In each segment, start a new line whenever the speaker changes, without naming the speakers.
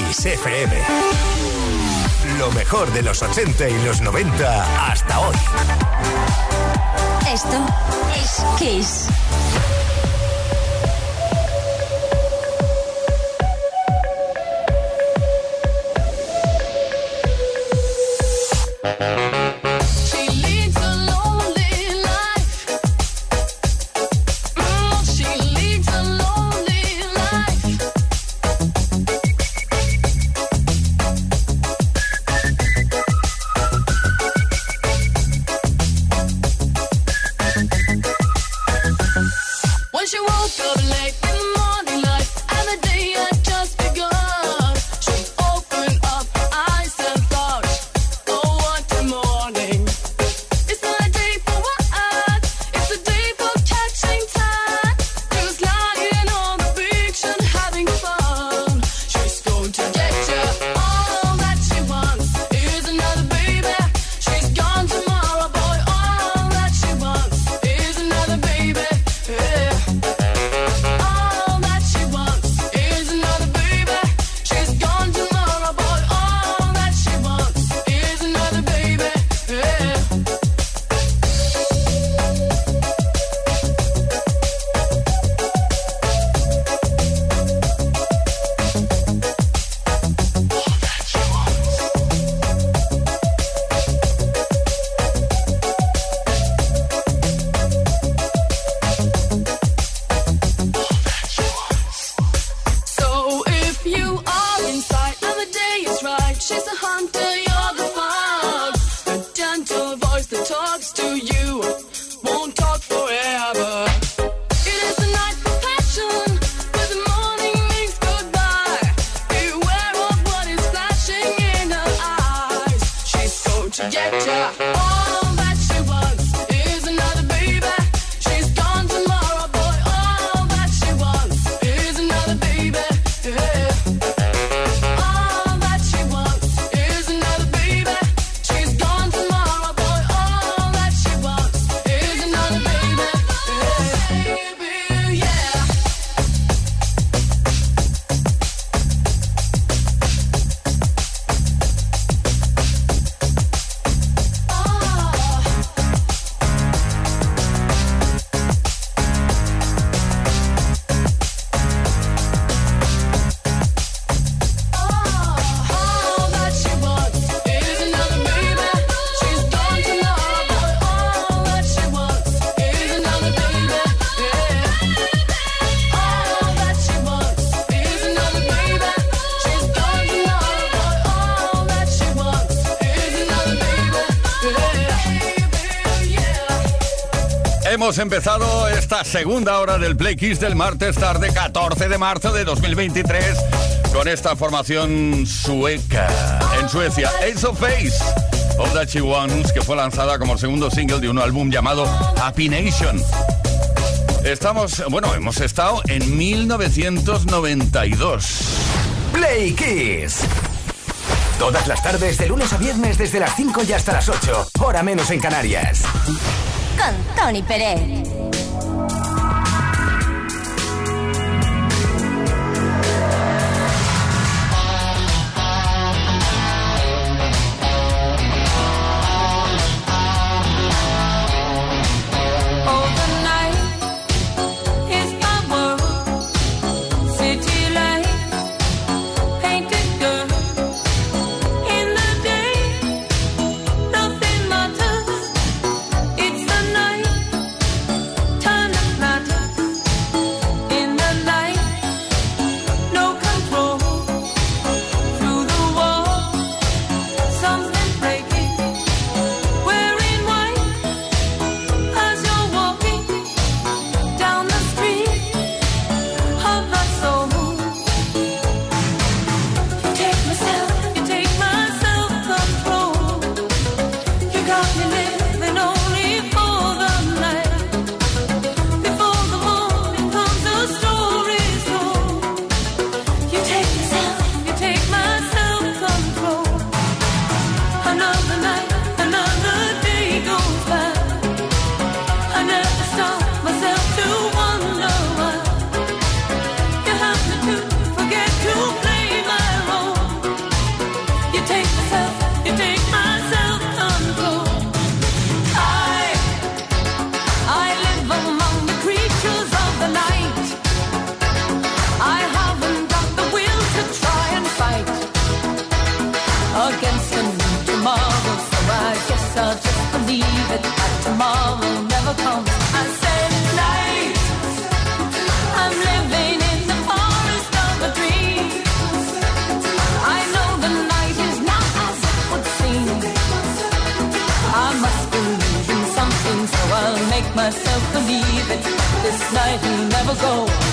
Kiss FM. Lo mejor de los 80 y los 90 hasta hoy.
Esto es Kiss.
Hemos empezado esta segunda hora del Play Kiss del martes tarde 14 de marzo de 2023 con esta formación sueca en Suecia, Ace of Base, All That She Wants, que fue lanzada como segundo single de un álbum llamado Happy Nation. Hemos estado en 1992.
Play Kiss. Todas las tardes, de lunes a viernes, desde las 5 y hasta las 8, hora menos en Canarias.
Con Tony Pérez.
tomorrow never comes. I said night, I'm living in the forest of a dream. I know the night is not as it would seem. I must believe in something, so I'll make myself believe it. This night will never go.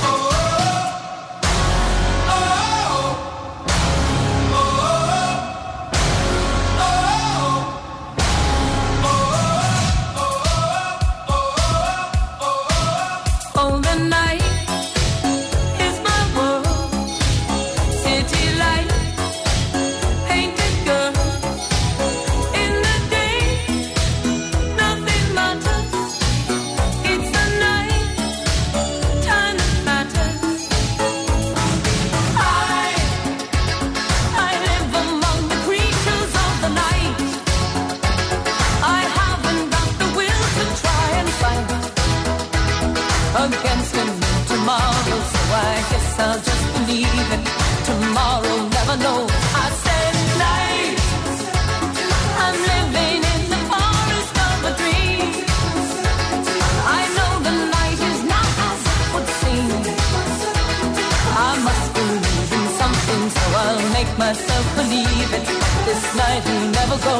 Against him tomorrow, so I guess I'll just believe it. Tomorrow never knows. I said night, I'm living in the forest of a dream. I know the night is not as it would seem. I must believe in something, so I'll make myself believe it. This night will never go.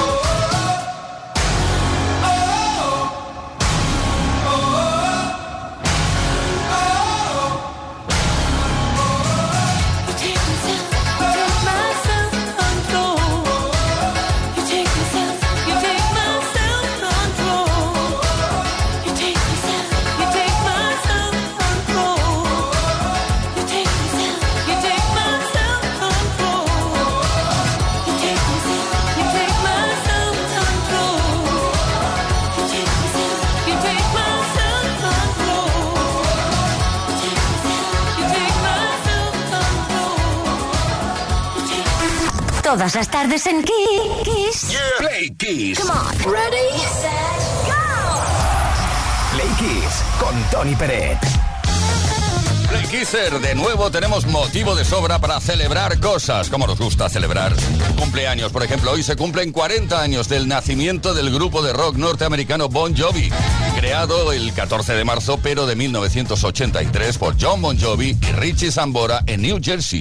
Todas las tardes en Kiss.
Yeah. Play Kiss.
Come on. Ready, set, go.
Play Kiss con Tony Peret.
Play Kisser, de nuevo tenemos motivo de sobra para celebrar cosas, como nos gusta celebrar cumpleaños. Por ejemplo, hoy se cumplen 40 años del nacimiento del grupo de rock norteamericano Bon Jovi, creado el 14 de marzo, pero de 1983 por John Bon Jovi y Richie Sambora en New Jersey.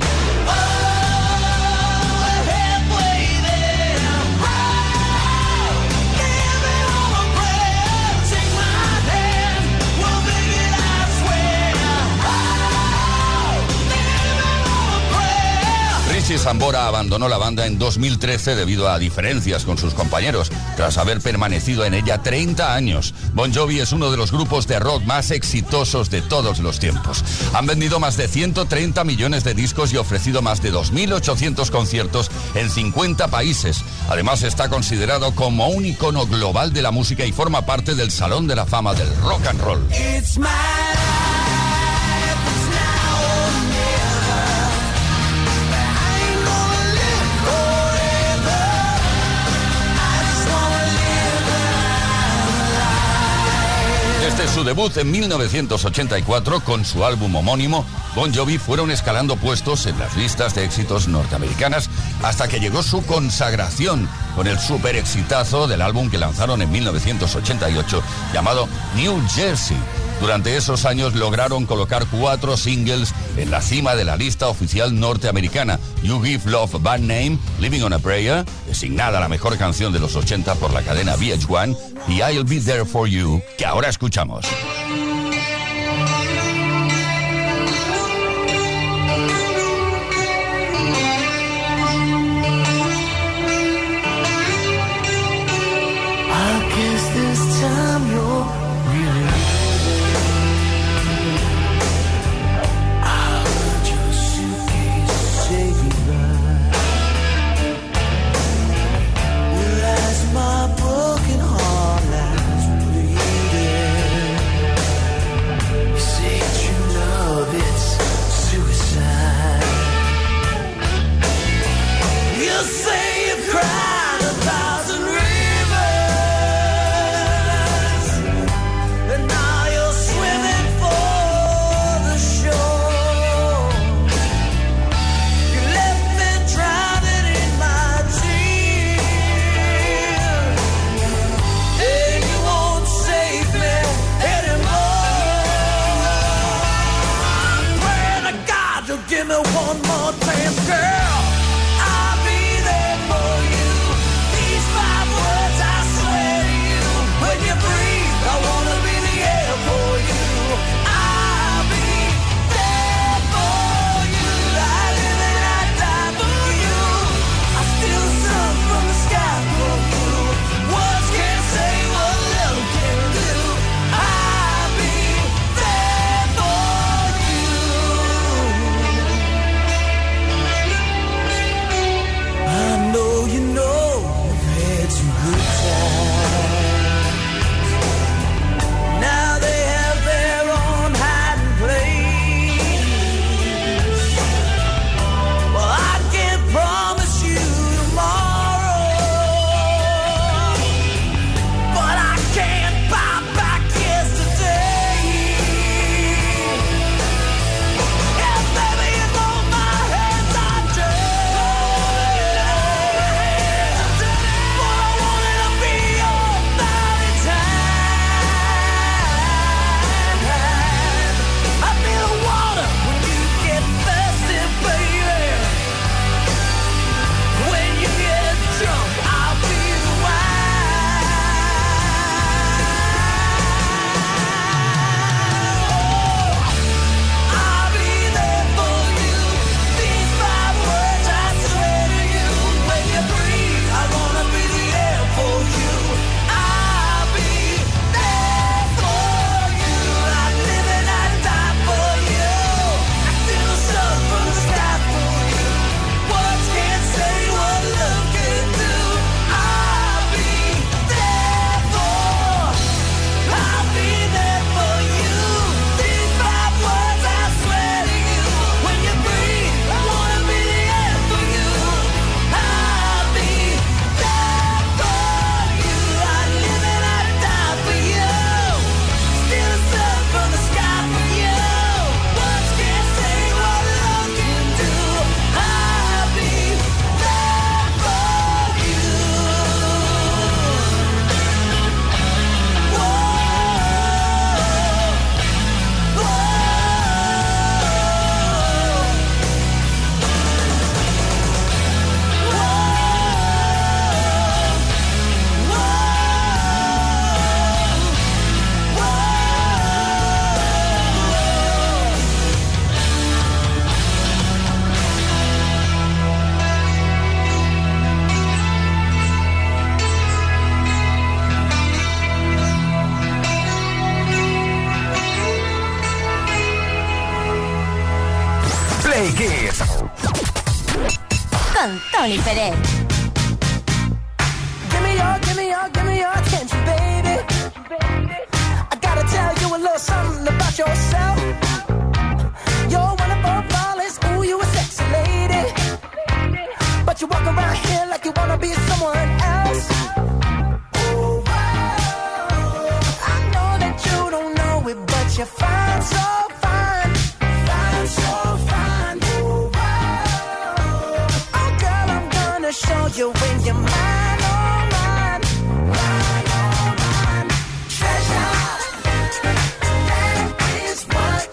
Richie Sambora abandonó la banda en 2013 debido a diferencias con sus compañeros, tras haber permanecido en ella 30 años. Bon Jovi es uno de los grupos de rock más exitosos de todos los tiempos. Han vendido más de 130 millones de discos y ofrecido más de 2.800 conciertos en 50 países. Además, está considerado como un icono global de la música y forma parte del Salón de la Fama del Rock and Roll. Desde su debut en 1984 con su álbum homónimo, Bon Jovi fueron escalando puestos en las listas de éxitos norteamericanas hasta que llegó su consagración con el super exitazo del álbum que lanzaron en 1988 llamado New Jersey. Durante esos años lograron colocar 4 singles en la cima de la lista oficial norteamericana: You Give Love a Bad Name, Living on a Prayer, designada la mejor canción de los 80 por la cadena VH1, y I'll Be There For You, que ahora escuchamos.
My broken heart lies bleeding. give me one more chance, girl. I'll be there for you. These 5 words I swear to you. When you breathe, I wanna be the air for you. I'll be there for you. I live and I die for you. I steal the sun from the sky for you. Words can't say what love can do. I'll be there for you. I know you know we've had some good times. Now they have their own hiding place. Well, I can't promise you tomorrow, but I can't buy back yesterday. And baby, you know my hands are dirty, but I wanted to be your Valentine. I feel the water when you get thirsty, baby. When you get drunk, I'll be the wine. I'll be there for you. These 5 words I swear to you. When you breathe, I wanna be the air for you. I'll be there for you. I live and I die for you. I steal the sun from the sky for you. Words can't say what love can do. I'll be there for you. These 5 words I swear to you. When you breathe, I wanna be the air for you. I'll be there for you. I live and I die for you. Steal the sun from the sky for you. Words can't say what love can do. I'll be there for you. Whoa, whoa.
Play Kiss.
Con Tony Pérez.
Give me your attention, baby. I gotta tell you a little something about yourself. You're wonderful, flawless, ooh, you a sexy lady. But you walk around here like you wanna be someone else. Ooh, wow. I know that you don't know it, but you're fine, so fine. Fine, so fine. Ooh, wow. Oh, girl, I'm gonna show you when you're mine, oh, mine. Mine, oh, mine. Treasure, that is what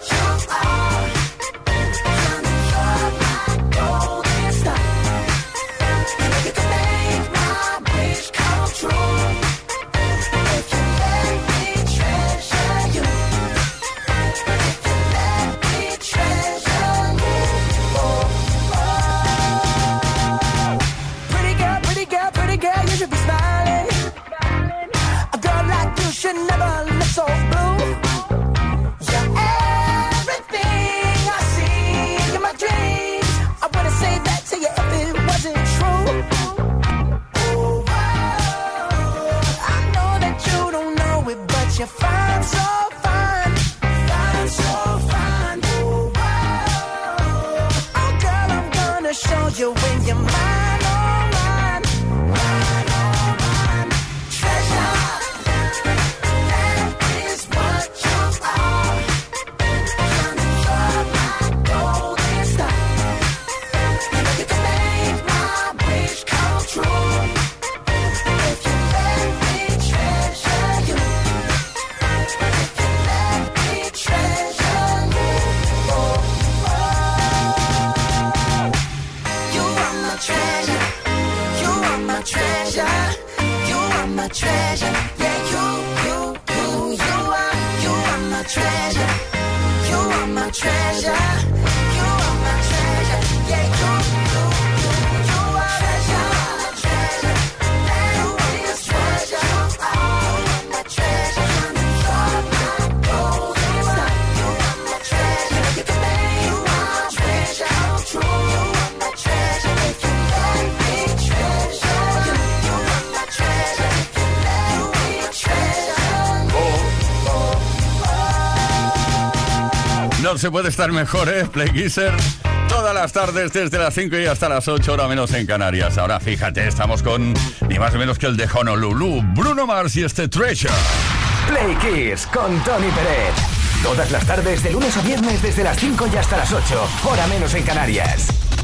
No se puede estar mejor, Play Kisser. Todas las tardes desde las 5 y hasta las 8, hora menos en Canarias. Ahora fíjate, estamos con ni más ni menos que el de Honolulu, Bruno Mars y este Treasure.
Play Kiss con Tony Pérez. Todas las tardes de lunes a viernes desde las 5 y hasta las 8, hora menos en Canarias.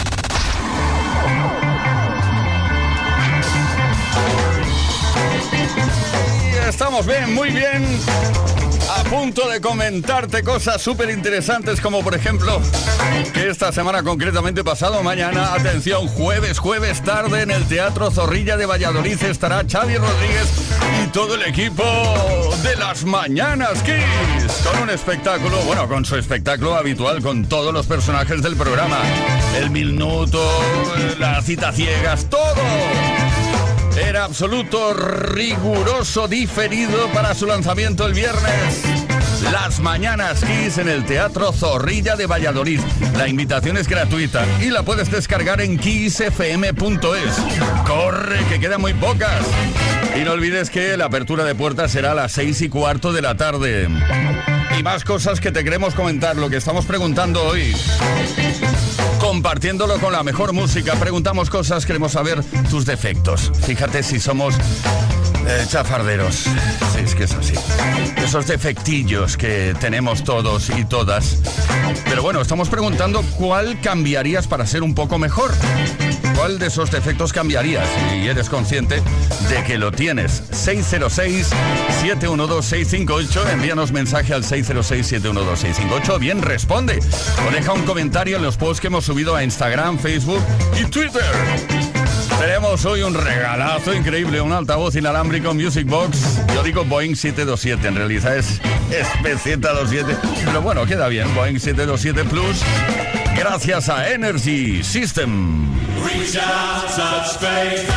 Y estamos bien, muy bien. A punto de comentarte cosas súper interesantes, como por ejemplo que esta semana, concretamente pasado mañana, atención, jueves tarde en el Teatro Zorrilla de Valladolid estará Xavi Rodríguez y todo el equipo de Las Mañanas Kiss con un espectáculo, bueno, con su espectáculo habitual, con todos los personajes del programa, el minuto, la cita ciegas, todo. Era absoluto, riguroso, diferido para su lanzamiento el viernes. Las Mañanas Kiss en el Teatro Zorrilla de Valladolid. La invitación es gratuita y la puedes descargar en kissfm.es. ¡Corre, que quedan muy pocas! Y no olvides que la apertura de puertas será a las 6:15 de la tarde. Y más cosas que te queremos comentar, lo que estamos preguntando hoy. Compartiéndolo con la mejor música, preguntamos cosas, queremos saber tus defectos. Fíjate si somos chafarderos. Sí, es que es así. Esos defectillos que tenemos todos y todas. Pero bueno, estamos preguntando cuál cambiarías para ser un poco mejor. ¿Cuál de esos defectos cambiarías? Y eres consciente de que lo tienes. 606-712-658. Envíanos mensaje al 606-712-658. Bien, responde. O deja un comentario en los posts que hemos subido a Instagram, Facebook y Twitter. Tenemos hoy un regalazo increíble, un altavoz inalámbrico Music Box. Yo digo Boeing 727, en realidad es SP727, pero bueno, queda bien, Boeing 727 Plus, gracias a Energy System.
Reach out, touch faith.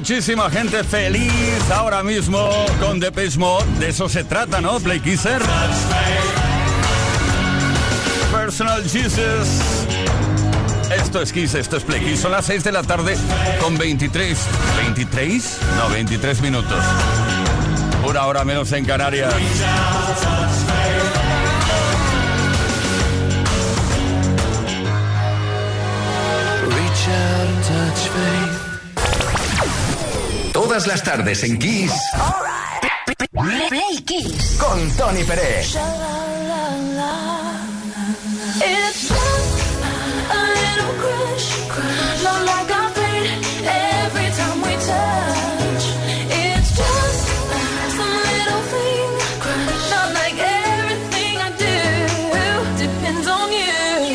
muchísima gente feliz ahora mismo con Depeche Mode. De eso se trata, ¿no, Play Kisser? Personal Jesus. Esto es Kiss, esto es Play Kiss. Son las 6 de la tarde con 23 minutos. Una hora menos en Canarias.
Todas las tardes en Kiss.
Play Kiss.
Con Tony Pérez.
It's just a little crush, not like I fade every time we touch. It's just some little thing, not like everything I do depends on you.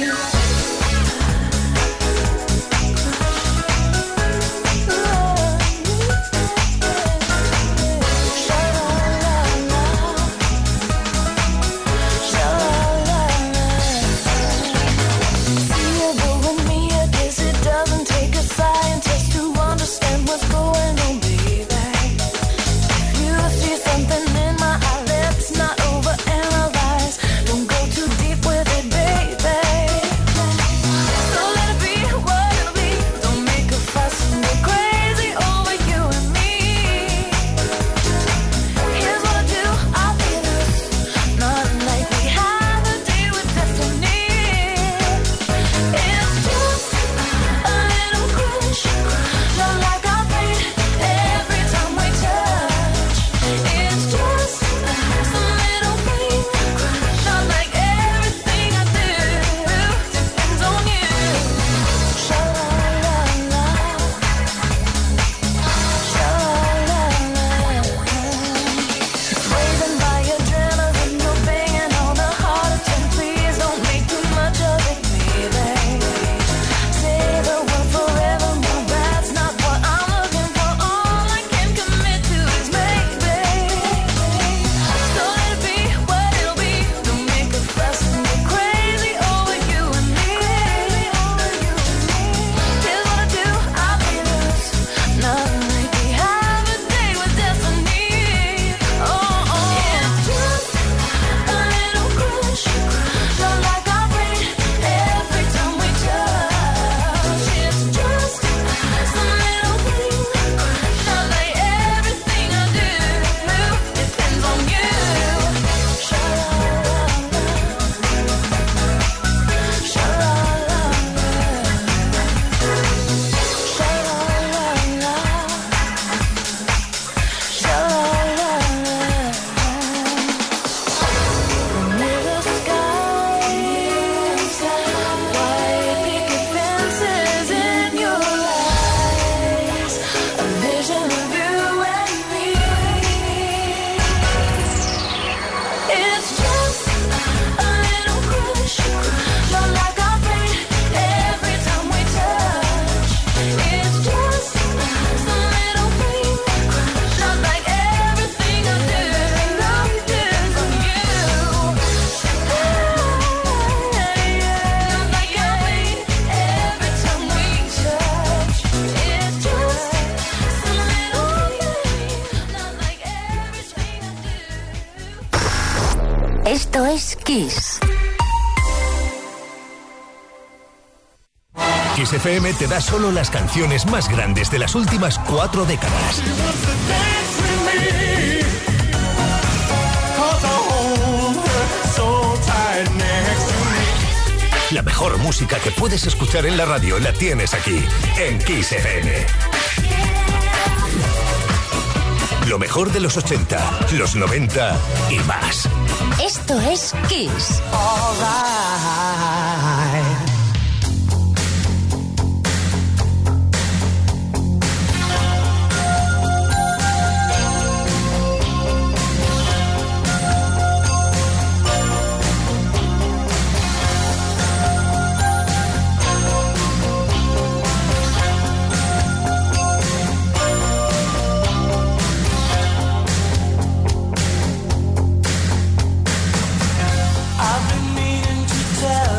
Esto es Kiss.
Kiss FM te da solo las canciones más grandes de las últimas 4 décadas. La mejor música que puedes escuchar en la radio la tienes aquí, en Kiss FM. Lo mejor de los 80, los 90 y más.
Esto es Kiss.
All right. Tell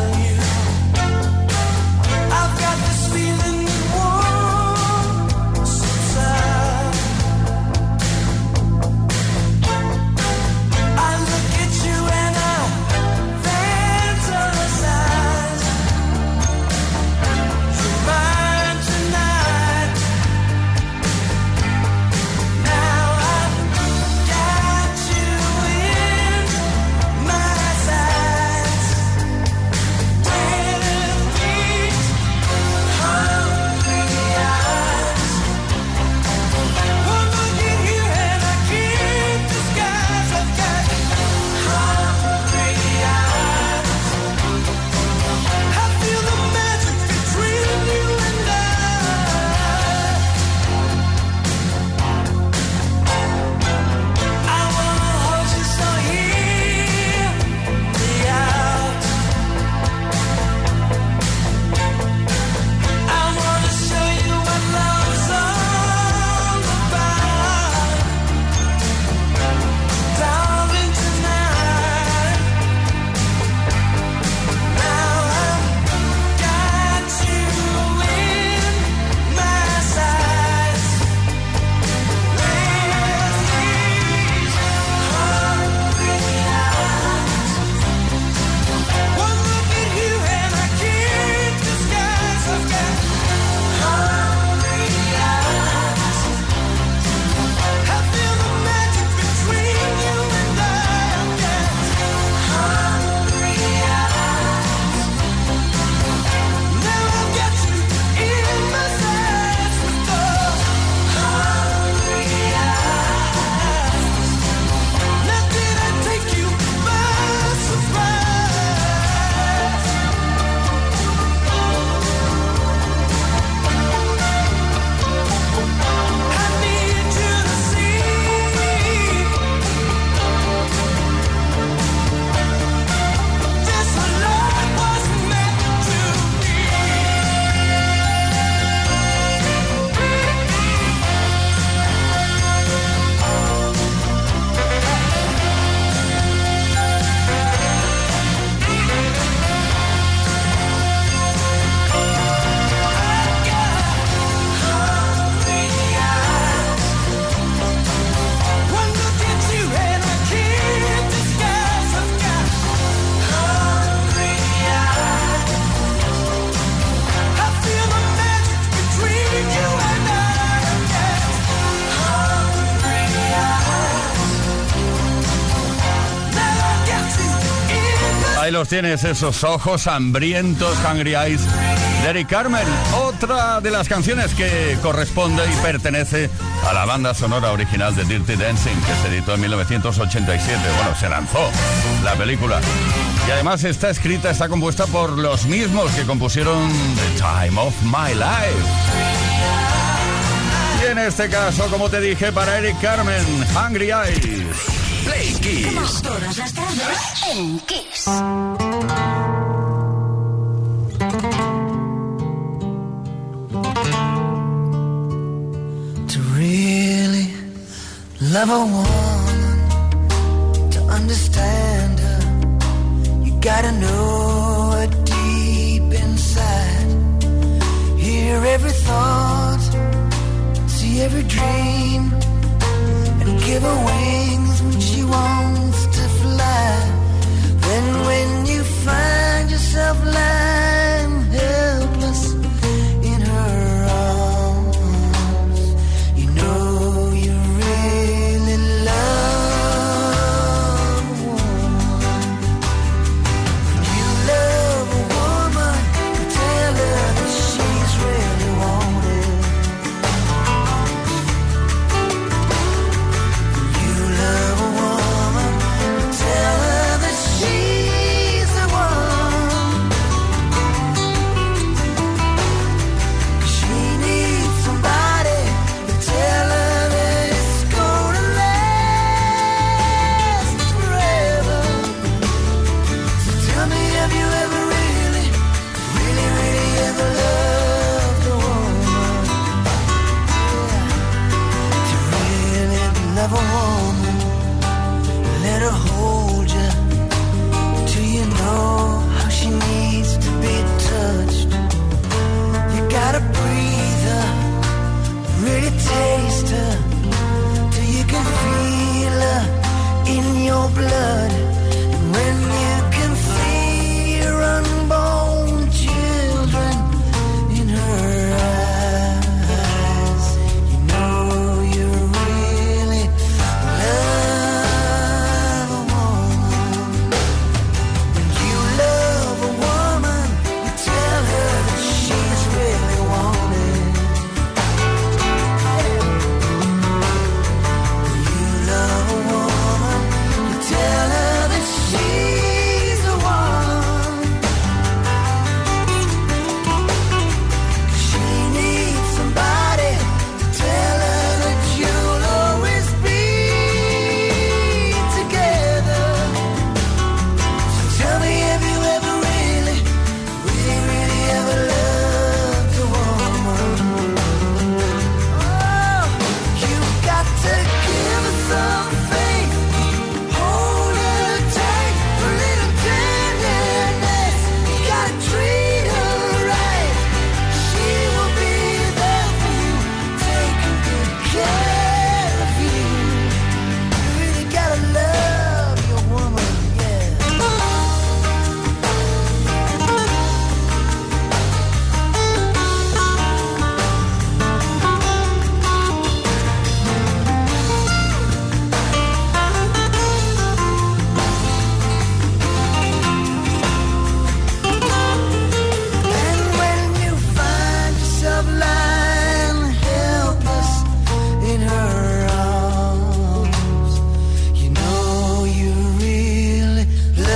los tienes, esos ojos hambrientos, Hungry Eyes, de Eric Carmen. Otra de las canciones que corresponde y pertenece a la banda sonora original de Dirty Dancing, que se editó en 1987. Bueno, se lanzó la película. Y además está compuesta por los mismos que compusieron The Time of My Life. Y en este caso, como te dije, para Eric Carmen, Hungry Eyes.
Play Kiss.
Todas las tardes en Kiss.
To really love a woman, to understand her, you gotta know her deep inside. Hear every thought, see every dream, and give her wings when she wants to fly. Then when you find yourself lying helpless in her arms, you know you really love a woman. When you love a woman, you tell her that she's really wanted. You love a woman, you tell her that she's the one. 'Cause she needs somebody to tell her that it's gonna last forever. So tell me, have you ever really, really, really ever loved a woman? To really love a woman, let her hold you till you know how she needs to be touched. You gotta breathe her, really taste her, till you can feel her in your blood. And when you can see your unborn children in her eyes, you know you really love a woman. When you love a woman, you tell her that she's really wanted. When you love a woman, you tell her that she's the one. 'Cause she needs somebody to tell her that you'll always be together. So tell me, have you ever really, really, really ever loved a woman? Oh, you've got to give her some faith, hold her tight, a little tenderness. You gotta treat her right. She will be there for you, taking good care of you. You really gotta love your woman, yeah. And when you find yourself lying helpless in her arms, you know you really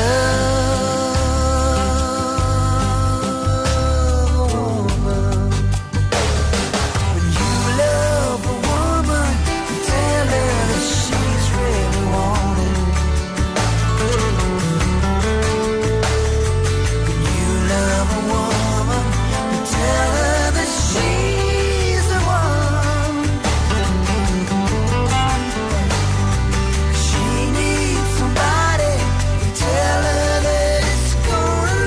love a woman. When you love a woman, you tell her that she's really wanted. When you love a woman, you tell her that she's the one. She needs somebody to tell her that it's gonna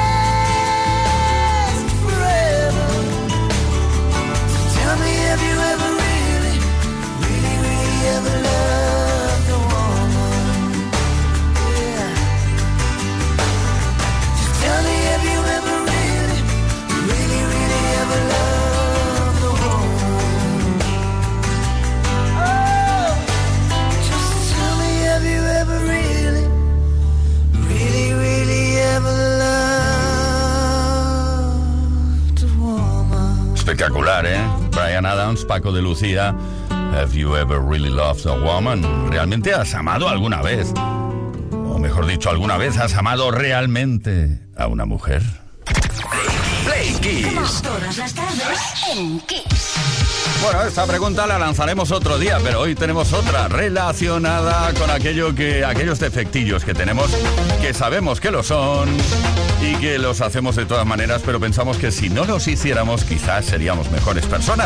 last forever. So tell me, have you ever really, really, really ever loved a woman? Yeah. Just tell me, have you ever really, really, really ever loved a woman? Oh, just tell me, have you ever really, really, really ever
Espectacular, ¿eh? Bryan Adams, Paco de Lucía. Have you ever really loved a woman? ¿Realmente has amado alguna vez? O mejor dicho, ¿alguna vez has amado realmente a una mujer?
Play Kiss.
Todas las tardes en Kiss.
Bueno, esta pregunta la lanzaremos otro día, pero hoy tenemos otra relacionada con aquellos defectillos que tenemos, que sabemos que lo son y que los hacemos de todas maneras, pero pensamos que si no los hiciéramos quizás seríamos mejores personas.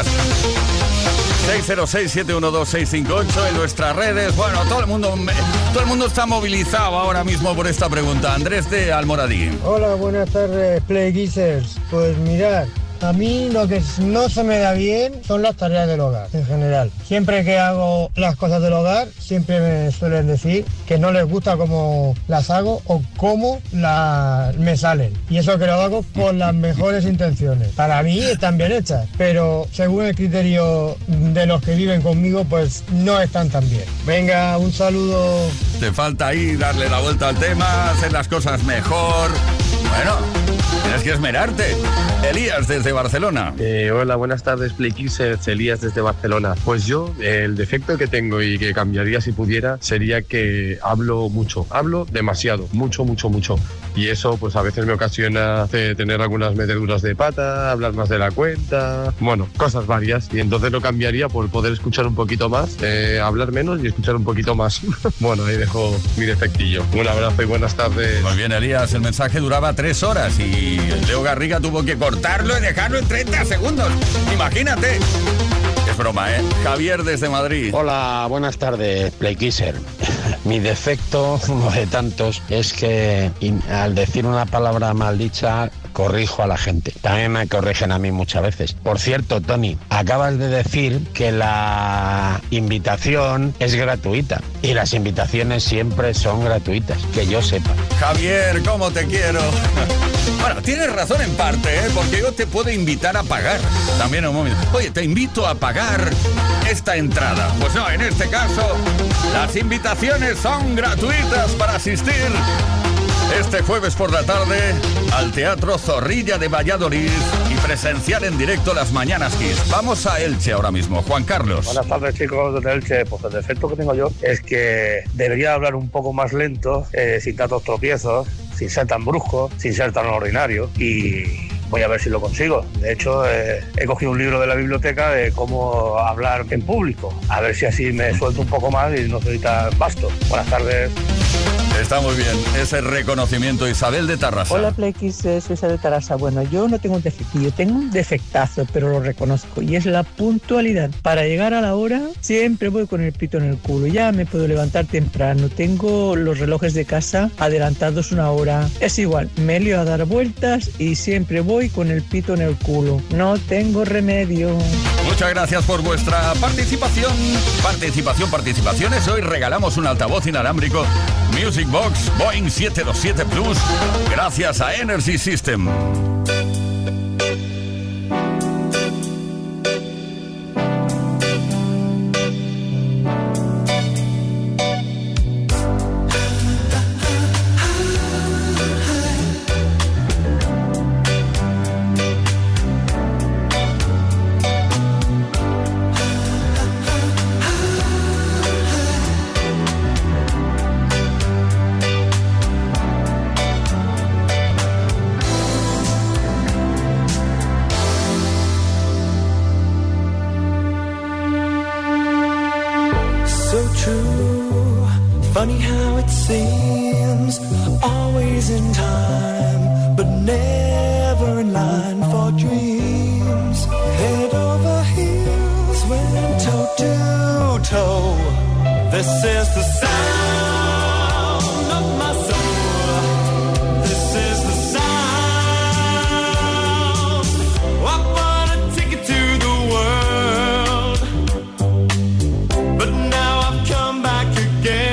606-712-658 en nuestras redes. Bueno, todo el mundo está movilizado ahora mismo por esta pregunta. Andrés de Almoradí.
Hola, buenas tardes, Play Kissers. Pues mirad, a mí lo que no se me da bien son las tareas del hogar, en general. Siempre que hago las cosas del hogar, siempre me suelen decir que no les gusta cómo las hago o cómo me salen. Y eso que lo hago con las mejores intenciones. Para mí están bien hechas, pero según el criterio de los que viven conmigo, pues no están tan bien. Venga, un saludo.
Te falta ahí darle la vuelta al tema, hacer las cosas mejor. Bueno, tienes que esmerarte. Elías desde Barcelona.
Hola, buenas tardes, Play Kissers. Elías desde Barcelona. Pues yo, el defecto que tengo y que cambiaría si pudiera sería que hablo mucho. Hablo demasiado, mucho. Y eso pues a veces me ocasiona tener algunas meteduras de pata, hablar más de la cuenta, bueno, cosas varias. Y entonces lo cambiaría por poder escuchar un poquito más, hablar menos y escuchar un poquito más. Bueno, ahí dejo mi defectillo. Un abrazo y buenas tardes.
Muy bien, Elías, el mensaje duraba 3 horas y Leo Garriga tuvo que cortarlo y dejarlo en 30 segundos. Imagínate. Es broma, ¿eh? Javier desde Madrid.
Hola, buenas tardes, Play Kisser. Mi defecto, uno de tantos, es que al decir una palabra mal dicha, corrijo a la gente. También me corrigen a mí muchas veces. Por cierto, Tony, acabas de decir que la invitación es gratuita. Y las invitaciones siempre son gratuitas, que yo sepa.
Javier, ¿cómo te quiero? Bueno, tienes razón en parte, ¿eh? Porque yo te puedo invitar a pagar. También un momento. Oye, te invito a pagar esta entrada. Pues no, en este caso, las invitaciones son gratuitas para asistir este jueves por la tarde al Teatro Zorrilla de Valladolid y presenciar en directo las Mañanas Kiss. Vamos a Elche ahora mismo. Juan Carlos.
Buenas tardes, chicos de Elche. Pues el defecto que tengo yo es que debería hablar un poco más lento, sin tantos tropiezos, sin ser tan brusco, sin ser tan ordinario, y voy a ver si lo consigo. De hecho, he cogido un libro de la biblioteca de cómo hablar en público. A ver si así me suelto un poco más y no soy tan vasto. Buenas tardes.
Está muy bien, ese reconocimiento. Isabel de Tarrasa.
Hola, Plex, soy Isabel de Tarrasa. Bueno, yo no tengo un defectillo, tengo un defectazo, pero lo reconozco, y es la puntualidad. Para llegar a la hora, siempre voy con el pito en el culo. Ya me puedo levantar temprano, tengo los relojes de casa adelantados 1 hora. Es igual, me lío a dar vueltas y siempre voy con el pito en el culo. No tengo remedio.
Muchas gracias por vuestra participación. Participaciones. Hoy regalamos un altavoz inalámbrico Music Box Boeing 727 Plus gracias a Energy System.
Funny how it seems, always in time, but never in line for dreams. Head over heels, went toe to toe. This is the sound of my soul. This is the sound. I wanna take it to the world, but now I've come back again.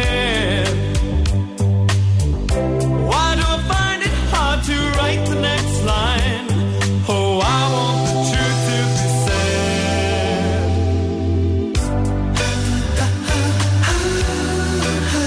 The next line. Oh, I want the truth to be said.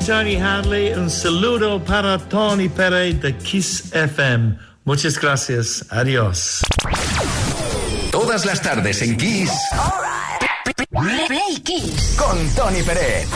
Tony Hadley, un saludo para Tony Pérez de Kiss FM. Muchas gracias, adiós.
Todas las tardes en Kiss.
Play Kiss.
Con Tony Pérez.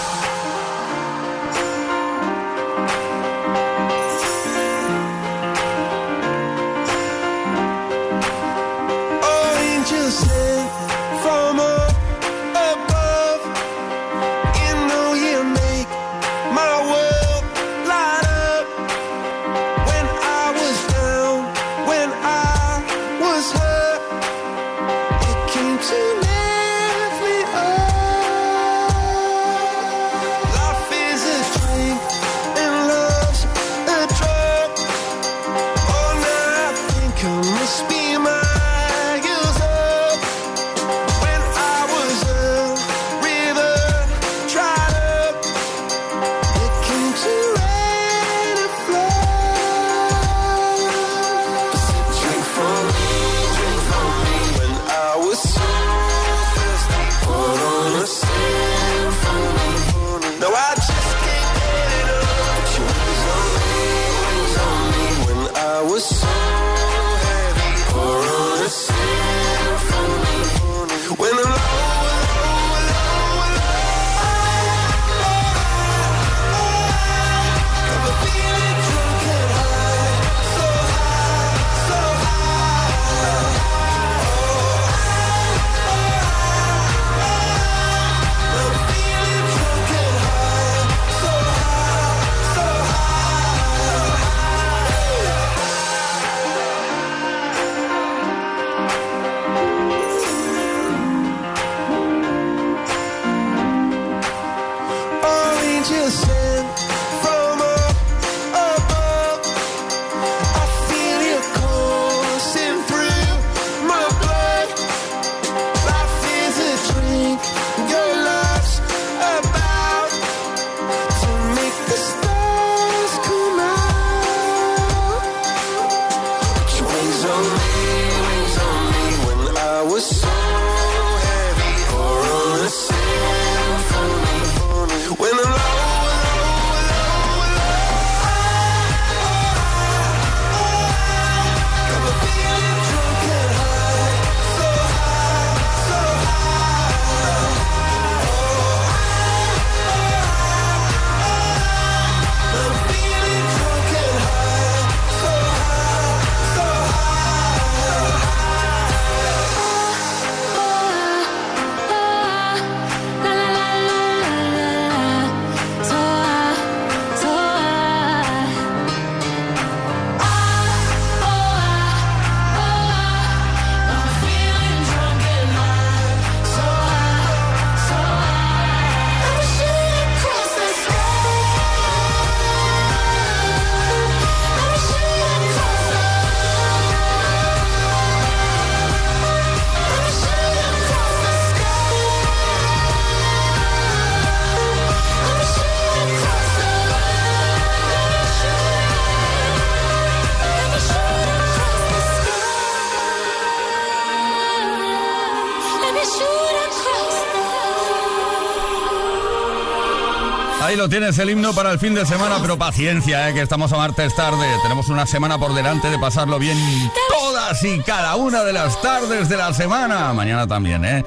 Ahí lo tienes, el himno para el fin de semana, pero paciencia, que estamos a martes tarde. Tenemos una semana por delante de pasarlo bien todas y cada una de las tardes de la semana. Mañana también,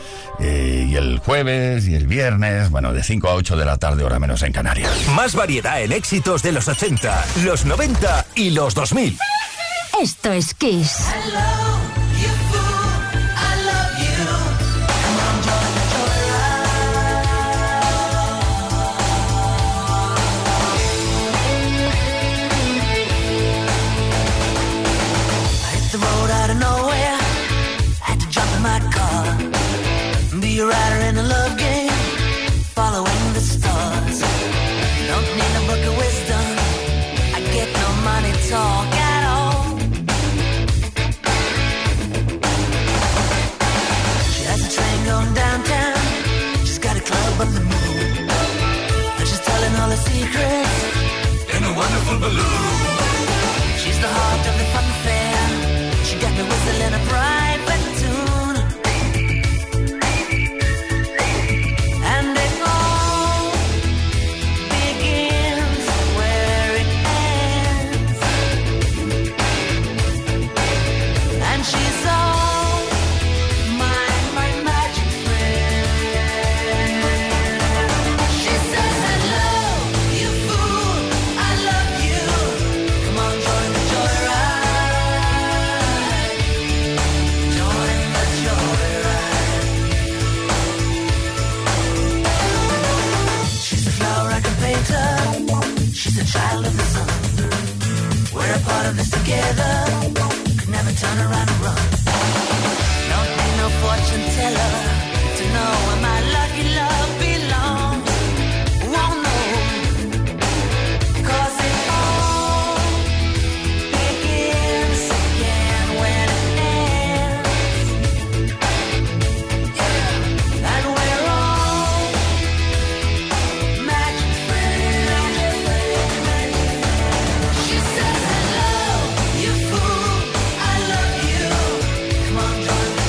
y el jueves y el viernes, bueno, de 5 a 8 de la tarde, hora menos en Canarias.
Más variedad en éxitos de los 80, los 90 y los 2000.
Esto es Kiss.
A rider in a love game, following the stars. Don't need a book of wisdom, I get no money talk at all. She has a train going downtown, she's got a club on the moon, and she's telling all her secrets in a wonderful balloon. She's the heart of the fun fair, she got me whistling a private tune. Begin child of the sun. We're a part of this together. Could never turn around and run. Don't need no fortune teller to know where my lucky love belongs. Won't know, 'cause it all begins again when it ends. Yeah, and we're all magic friends. She says I love you, fool, I love you. Come on, join the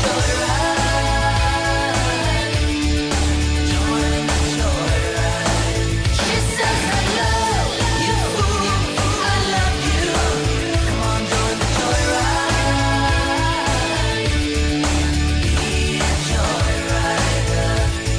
joyride. Join the joyride. She says I love you, fool, I love you. Come on, join the joyride. Be a joyrider.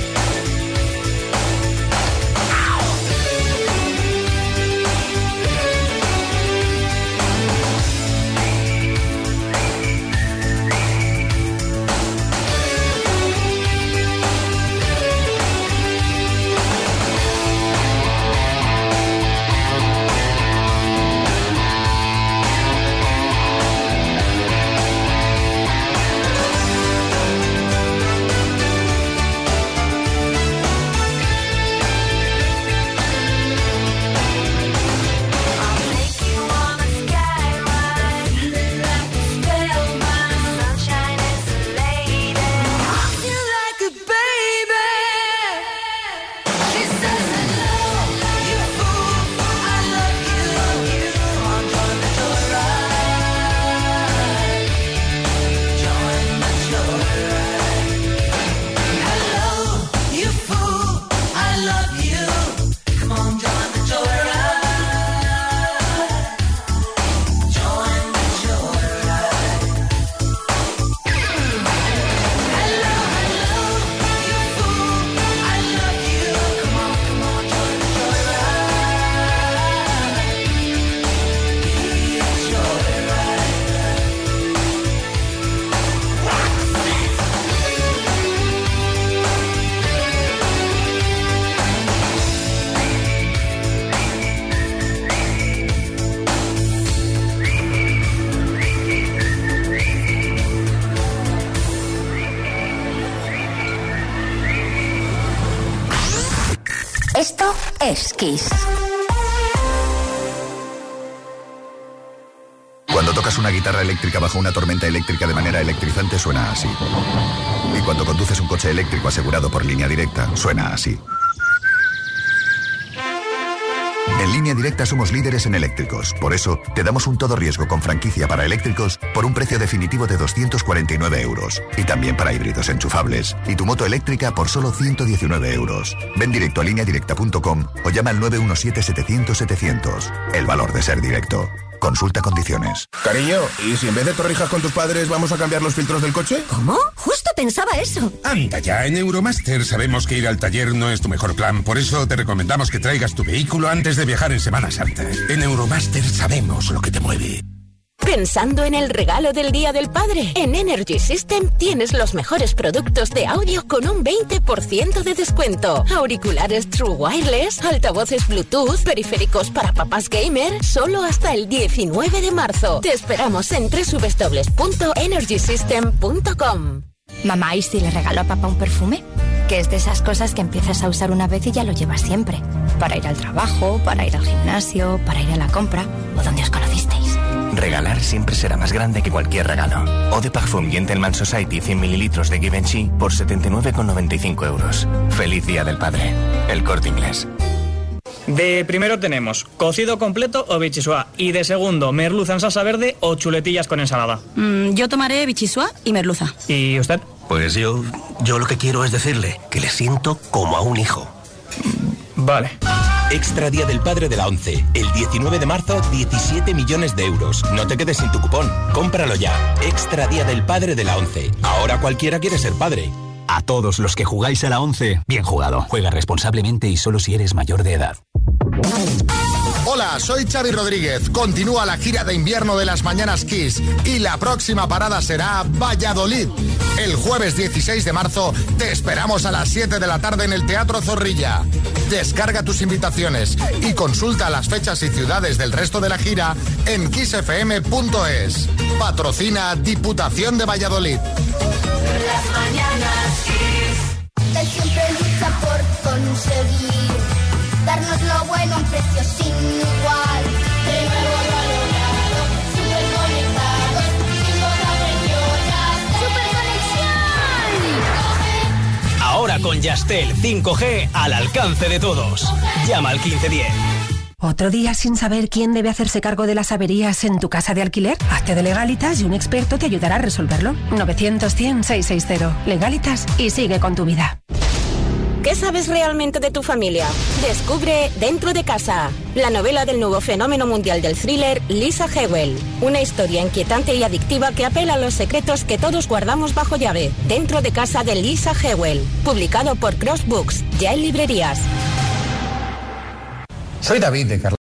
Esto es Kiss.
Cuando tocas una guitarra eléctrica bajo una tormenta eléctrica de manera electrizante suena así. Y cuando conduces un coche eléctrico asegurado por Línea Directa, suena así. En Línea Directa somos líderes en eléctricos. Por eso, te damos un todo riesgo con franquicia para eléctricos por un precio definitivo de 249 euros. Y también para híbridos enchufables. Y tu moto eléctrica por solo 119 euros. Ven directo a lineadirecta.com o llama al 917-700-700. El valor de ser directo. Consulta condiciones.
Cariño, ¿y si en vez de torrijas con tus padres vamos a cambiar los filtros del coche?
¿Cómo? Justo pensaba eso.
Anda ya, en Euromaster sabemos que ir al taller no es tu mejor plan. Por eso te recomendamos que traigas tu vehículo antes de viajar en Semana Santa. En Euromaster sabemos lo que te mueve.
¿Pensando en el regalo del Día del Padre? En Energy System tienes los mejores productos de audio con un 20% de descuento. Auriculares True Wireless, altavoces Bluetooth, periféricos para papás gamer, solo hasta el 19 de marzo. Te esperamos en www.energysystem.com.
Mamá, ¿y si le regalo a papá un perfume? Que es de esas cosas que empiezas a usar una vez y ya lo llevas siempre. Para ir al trabajo, para ir al gimnasio, para ir a la compra o donde os conocisteis.
Regalar siempre será más grande que cualquier regalo. Eau de Parfum Gentleman Society 100 mililitros de Givenchy por 79,95 euros. Feliz Día del Padre. El Corte Inglés.
De primero tenemos cocido completo o vichyssoise. Y de segundo, merluza en salsa verde o chuletillas con ensalada.
Yo tomaré vichyssoise y merluza.
¿Y usted?
Pues yo lo que quiero es decirle que le siento como a un hijo.
Vale.
Extra Día del Padre de la ONCE. El 19 de marzo, 17 millones de euros. No te quedes sin tu cupón. Cómpralo ya. Extra Día del Padre de la ONCE. Ahora cualquiera quiere ser padre.
A todos los que jugáis a la ONCE, bien jugado. Juega responsablemente y solo si eres mayor de edad.
Hola, soy Xavi Rodríguez. Continúa la gira de invierno de las Mañanas Kiss y la próxima parada será Valladolid. El jueves 16 de marzo te esperamos a las 7 de la tarde en el Teatro Zorrilla. Descarga tus invitaciones y consulta las fechas y ciudades del resto de la gira en kissfm.es. Patrocina Diputación de Valladolid.
Las Mañanas Kiss. Él siempre lucha por conseguir darnos lo bueno a un precio sin igual. De nuevo lo ha logrado, súper conectados, sin contrapresión. ¡Súper conexión!
Ahora con Yastel 5G al alcance de todos. Llama al 1510.
¿Otro día sin saber quién debe hacerse cargo de las averías en tu casa de alquiler? Hazte de Legalitas y un experto te ayudará a resolverlo. 900-100-660. Legalitas y sigue con tu vida.
¿Qué sabes realmente de tu familia? Descubre Dentro de Casa, la novela del nuevo fenómeno mundial del thriller Lisa Hewell. Una historia inquietante y adictiva que apela a los secretos que todos guardamos bajo llave. Dentro de Casa de Lisa Hewell, publicado por Cross Books, ya en librerías.
Soy David de Carlos.